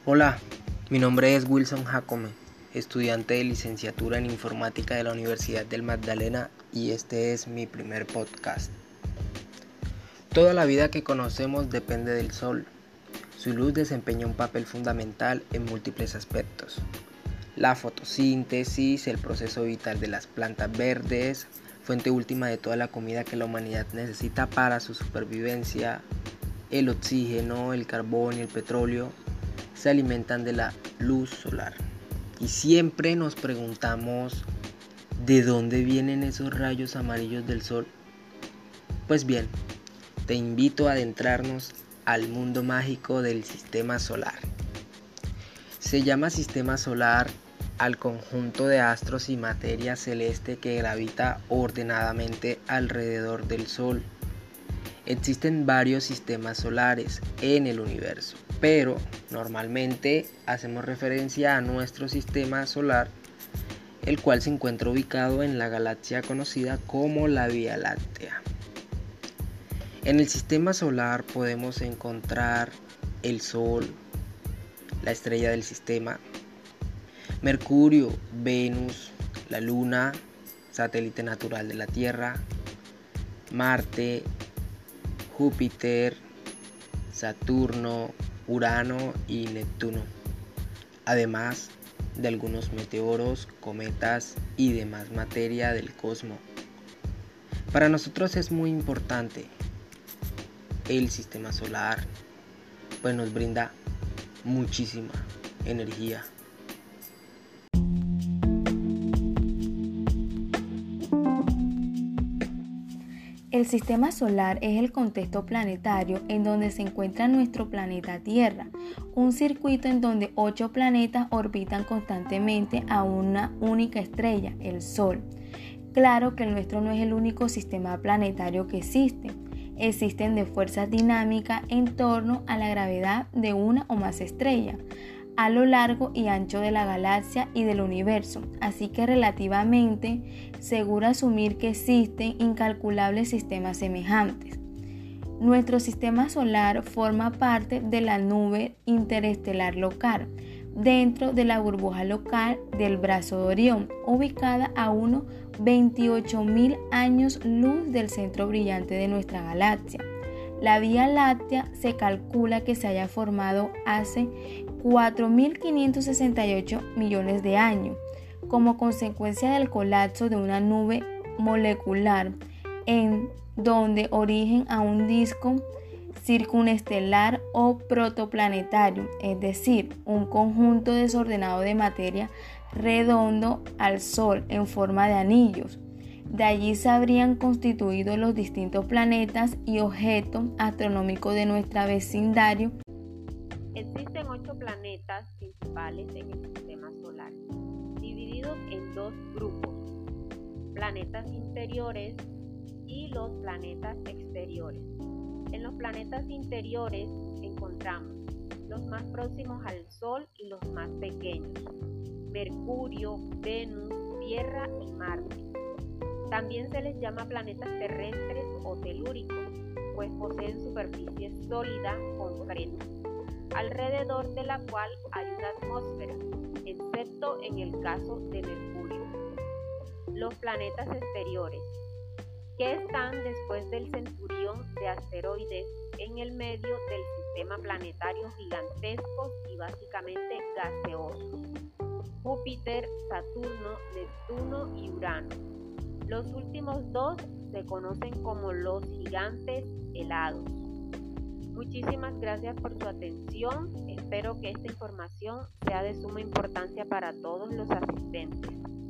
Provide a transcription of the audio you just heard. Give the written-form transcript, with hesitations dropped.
Hola, mi nombre es Wilson Jacome, estudiante de licenciatura en informática de la Universidad del Magdalena y este es mi primer podcast. Toda la vida que conocemos depende del sol. Su luz desempeña un papel fundamental en múltiples aspectos. La fotosíntesis, el proceso vital de las plantas verdes, fuente última de toda la comida que la humanidad necesita para su supervivencia, el oxígeno, el carbón y el petróleo se alimentan de la luz solar. Y siempre nos preguntamos, ¿de dónde vienen esos rayos amarillos del sol? Pues bien, te invito a adentrarnos al mundo mágico del sistema solar. Se llama sistema solar al conjunto de astros y materia celeste que gravita ordenadamente alrededor del Sol. Existen varios sistemas solares en el universo, pero normalmente hacemos referencia a nuestro sistema solar, el cual se encuentra ubicado en la galaxia conocida como la Vía Láctea. En el sistema solar podemos encontrar el Sol, la estrella del sistema, Mercurio, Venus, la Luna, satélite natural de la Tierra, Marte, Júpiter, Saturno, Urano y Neptuno, además de algunos meteoros, cometas y demás materia del cosmos. Para nosotros es muy importante el sistema solar, pues nos brinda muchísima energía. El sistema solar es el contexto planetario en donde se encuentra nuestro planeta Tierra, un circuito en donde 8 planetas orbitan constantemente a una única estrella, el Sol. Claro que el nuestro no es el único sistema planetario que existe. Existen de fuerzas dinámicas en torno a la gravedad de una o más estrellas a lo largo y ancho de la galaxia y del universo, así que relativamente seguro asumir que existen incalculables sistemas semejantes. Nuestro sistema solar forma parte de la nube interestelar local, dentro de la burbuja local del brazo de Orión, ubicada a unos 28.000 años luz del centro brillante de nuestra galaxia. La Vía Láctea se calcula que se haya formado hace 4.568 millones de años, como consecuencia del colapso de una nube molecular en donde origen a un disco circunestelar o protoplanetario, es decir, un conjunto desordenado de materia redondo al Sol en forma de anillos. De allí se habrían constituido los distintos planetas y objetos astronómicos de nuestro vecindario. Existen 8 planetas principales en el sistema solar, divididos en 2 grupos, planetas interiores y los planetas exteriores. En los planetas interiores encontramos los más próximos al Sol y los más pequeños, Mercurio, Venus, Tierra y Marte. También se les llama planetas terrestres o telúricos, pues poseen superficie sólida, concreta, alrededor de la cual hay una atmósfera, excepto en el caso de Mercurio. Los planetas exteriores, que están después del centurión de asteroides en el medio del sistema planetario gigantescos y básicamente gaseosos: Júpiter, Saturno, Neptuno y Urano. Los últimos 2 se conocen como los gigantes helados. Muchísimas gracias por su atención. Espero que esta información sea de suma importancia para todos los asistentes.